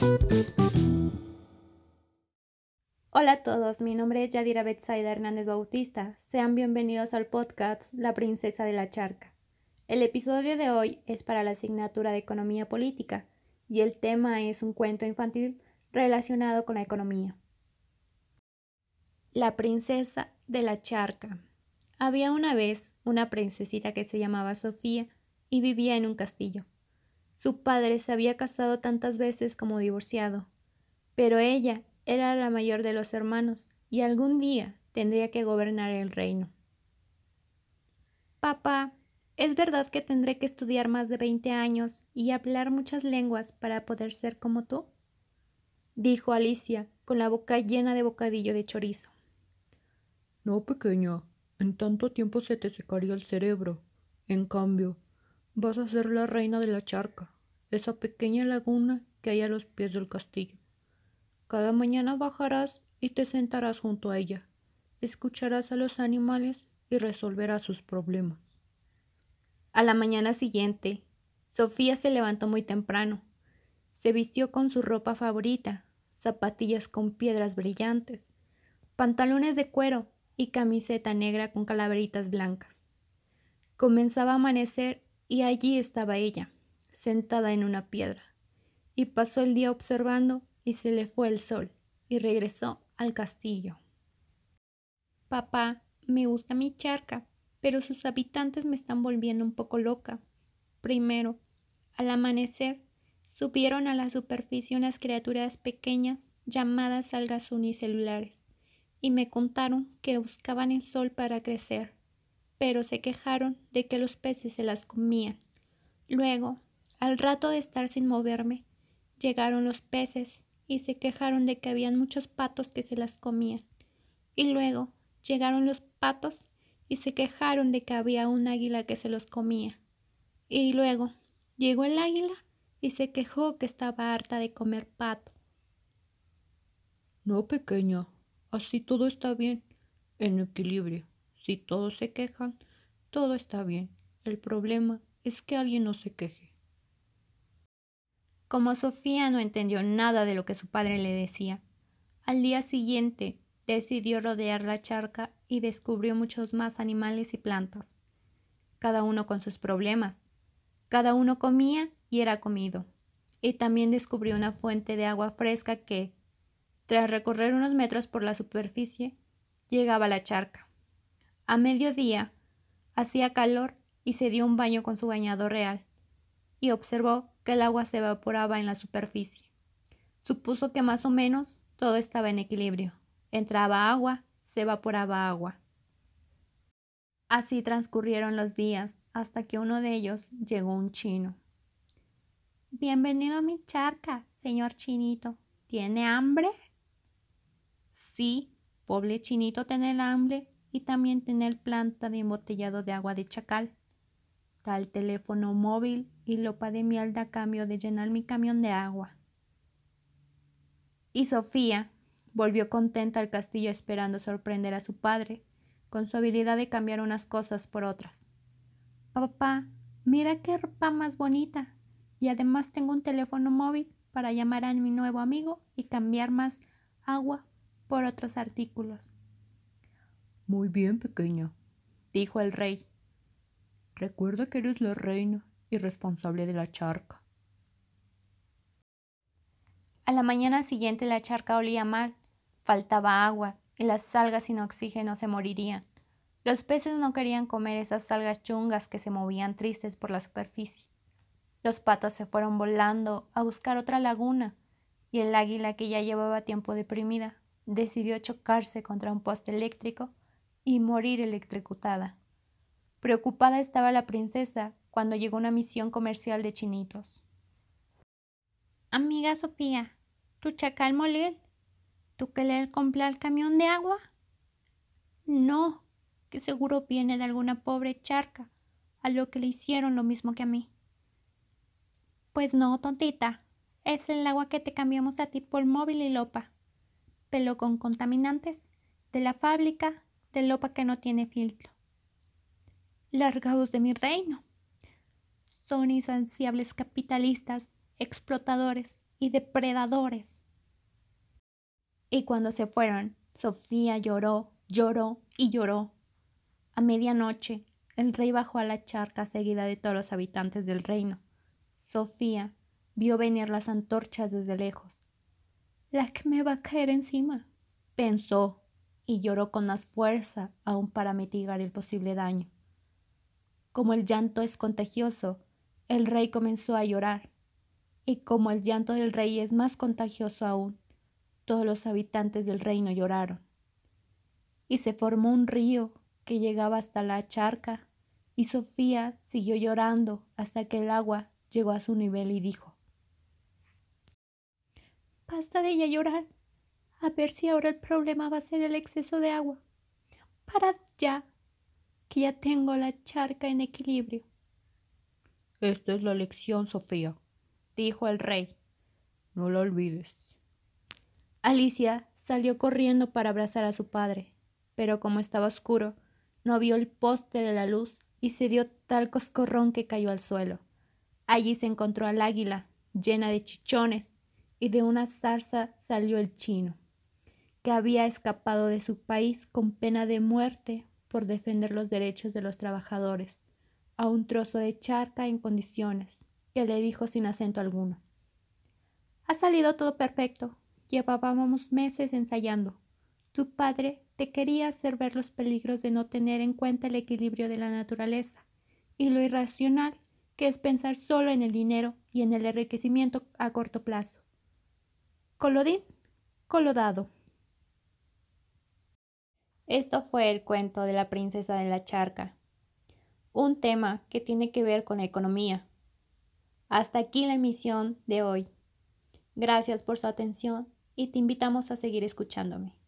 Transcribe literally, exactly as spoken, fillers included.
Hola a todos, mi nombre es Yadira Betsaida Hernández Bautista. Sean bienvenidos al podcast La Princesa de la Charca. El episodio de hoy es para la asignatura de Economía Política y el tema es un cuento infantil relacionado con la economía. La Princesa de la Charca. Había una vez una princesita que se llamaba Sofía y vivía en un castillo. Su padre se había casado tantas veces como divorciado, pero ella era la mayor de los hermanos y algún día tendría que gobernar el reino. Papá, ¿es verdad que tendré que estudiar más de veinte años y hablar muchas lenguas para poder ser como tú?, dijo Alicia con la boca llena de bocadillo de chorizo. No, pequeña, en tanto tiempo se te secaría el cerebro. En cambio, vas a ser la reina de la charca, esa pequeña laguna que hay a los pies del castillo. Cada mañana bajarás y te sentarás junto a ella, escucharás a los animales y resolverás sus problemas. A la mañana siguiente, Sofía se levantó muy temprano. Se vistió con su ropa favorita, zapatillas con piedras brillantes, pantalones de cuero y camiseta negra con calaveritas blancas. Comenzaba a amanecer y allí estaba ella, sentada en una piedra, y pasó el día observando y se le fue el sol y regresó al castillo. Papá, me gusta mi charca, pero sus habitantes me están volviendo un poco loca. Primero, al amanecer, subieron a la superficie unas criaturas pequeñas llamadas algas unicelulares y me contaron que buscaban el sol para crecer, pero se quejaron de que los peces se las comían. Luego, al rato de estar sin moverme, llegaron los peces y se quejaron de que habían muchos patos que se las comían. Y luego llegaron los patos y se quejaron de que había un águila que se los comía. Y luego llegó el águila y se quejó que estaba harta de comer pato. No, pequeña, así todo está bien, en equilibrio. Si todos se quejan, todo está bien. El problema es que alguien no se queje. Como Sofía no entendió nada de lo que su padre le decía, al día siguiente decidió rodear la charca y descubrió muchos más animales y plantas, cada uno con sus problemas. Cada uno comía y era comido. Y también descubrió una fuente de agua fresca que, tras recorrer unos metros por la superficie, llegaba a la charca. A mediodía hacía calor y se dio un baño con su bañador real, y observó que el agua se evaporaba en la superficie. Supuso que más o menos todo estaba en equilibrio. Entraba agua, se evaporaba agua. Así transcurrieron los días hasta que uno de ellos llegó un chino. Bienvenido a mi charca, señor Chinito. ¿Tiene hambre? Sí, pobre Chinito tiene el hambre y también tiene planta de embotellado de agua de chacal. Da el teléfono móvil y lopa de miel a cambio de llenar mi camión de agua. Y Sofía volvió contenta al castillo esperando sorprender a su padre con su habilidad de cambiar unas cosas por otras. Papá, mira qué ropa más bonita. Y además tengo un teléfono móvil para llamar a mi nuevo amigo y cambiar más agua por otros artículos. Muy bien, pequeña, dijo el rey. Recuerda que eres la reina y responsable de la charca. A la mañana siguiente la charca olía mal, faltaba agua y las algas sin oxígeno se morirían. Los peces no querían comer esas algas chungas que se movían tristes por la superficie. Los patos se fueron volando a buscar otra laguna y el águila, que ya llevaba tiempo deprimida, decidió chocarse contra un poste eléctrico y morir electrocutada. Preocupada estaba la princesa cuando llegó una misión comercial de chinitos. Amiga Sofía, ¿tu chacal molió? ¿Tú que le compré el camión de agua? No, que seguro viene de alguna pobre charca, a lo que le hicieron lo mismo que a mí. Pues no, tontita, es el agua que te cambiamos a ti por móvil y lopa, pero con contaminantes de la fábrica de lopa que no tiene filtro. Largaos de mi reino. Son insaciables capitalistas, explotadores y depredadores. Y cuando se fueron, Sofía lloró, lloró y lloró. A medianoche, el rey bajó a la charca seguida de todos los habitantes del reino. Sofía vio venir las antorchas desde lejos. «La que me va a caer encima», pensó, y lloró con más fuerza aún para mitigar el posible daño. Como el llanto es contagioso, el rey comenzó a llorar, y como el llanto del rey es más contagioso aún, todos los habitantes del reino lloraron. Y se formó un río que llegaba hasta la charca, y Sofía siguió llorando hasta que el agua llegó a su nivel y dijo: «Basta de ya llorar. A ver si ahora el problema va a ser el exceso de agua. Parad ya, que ya tengo la charca en equilibrio». Esta es la lección, Sofía, dijo el rey. No la olvides. Alicia salió corriendo para abrazar a su padre, pero como estaba oscuro, no vio el poste de la luz y se dio tal coscorrón que cayó al suelo. Allí se encontró al águila, llena de chichones, y de una zarza salió el chino, que había escapado de su país con pena de muerte por defender los derechos de los trabajadores, a un trozo de charca en condiciones, que le dijo sin acento alguno: «Ha salido todo perfecto. Llevábamos meses ensayando. Tu padre te quería hacer ver los peligros de no tener en cuenta el equilibrio de la naturaleza y lo irracional que es pensar solo en el dinero y en el enriquecimiento a corto plazo. Colodín, colodado». Esto fue el cuento de la princesa de la charca, un tema que tiene que ver con la economía. Hasta aquí la emisión de hoy. Gracias por su atención y te invitamos a seguir escuchándome.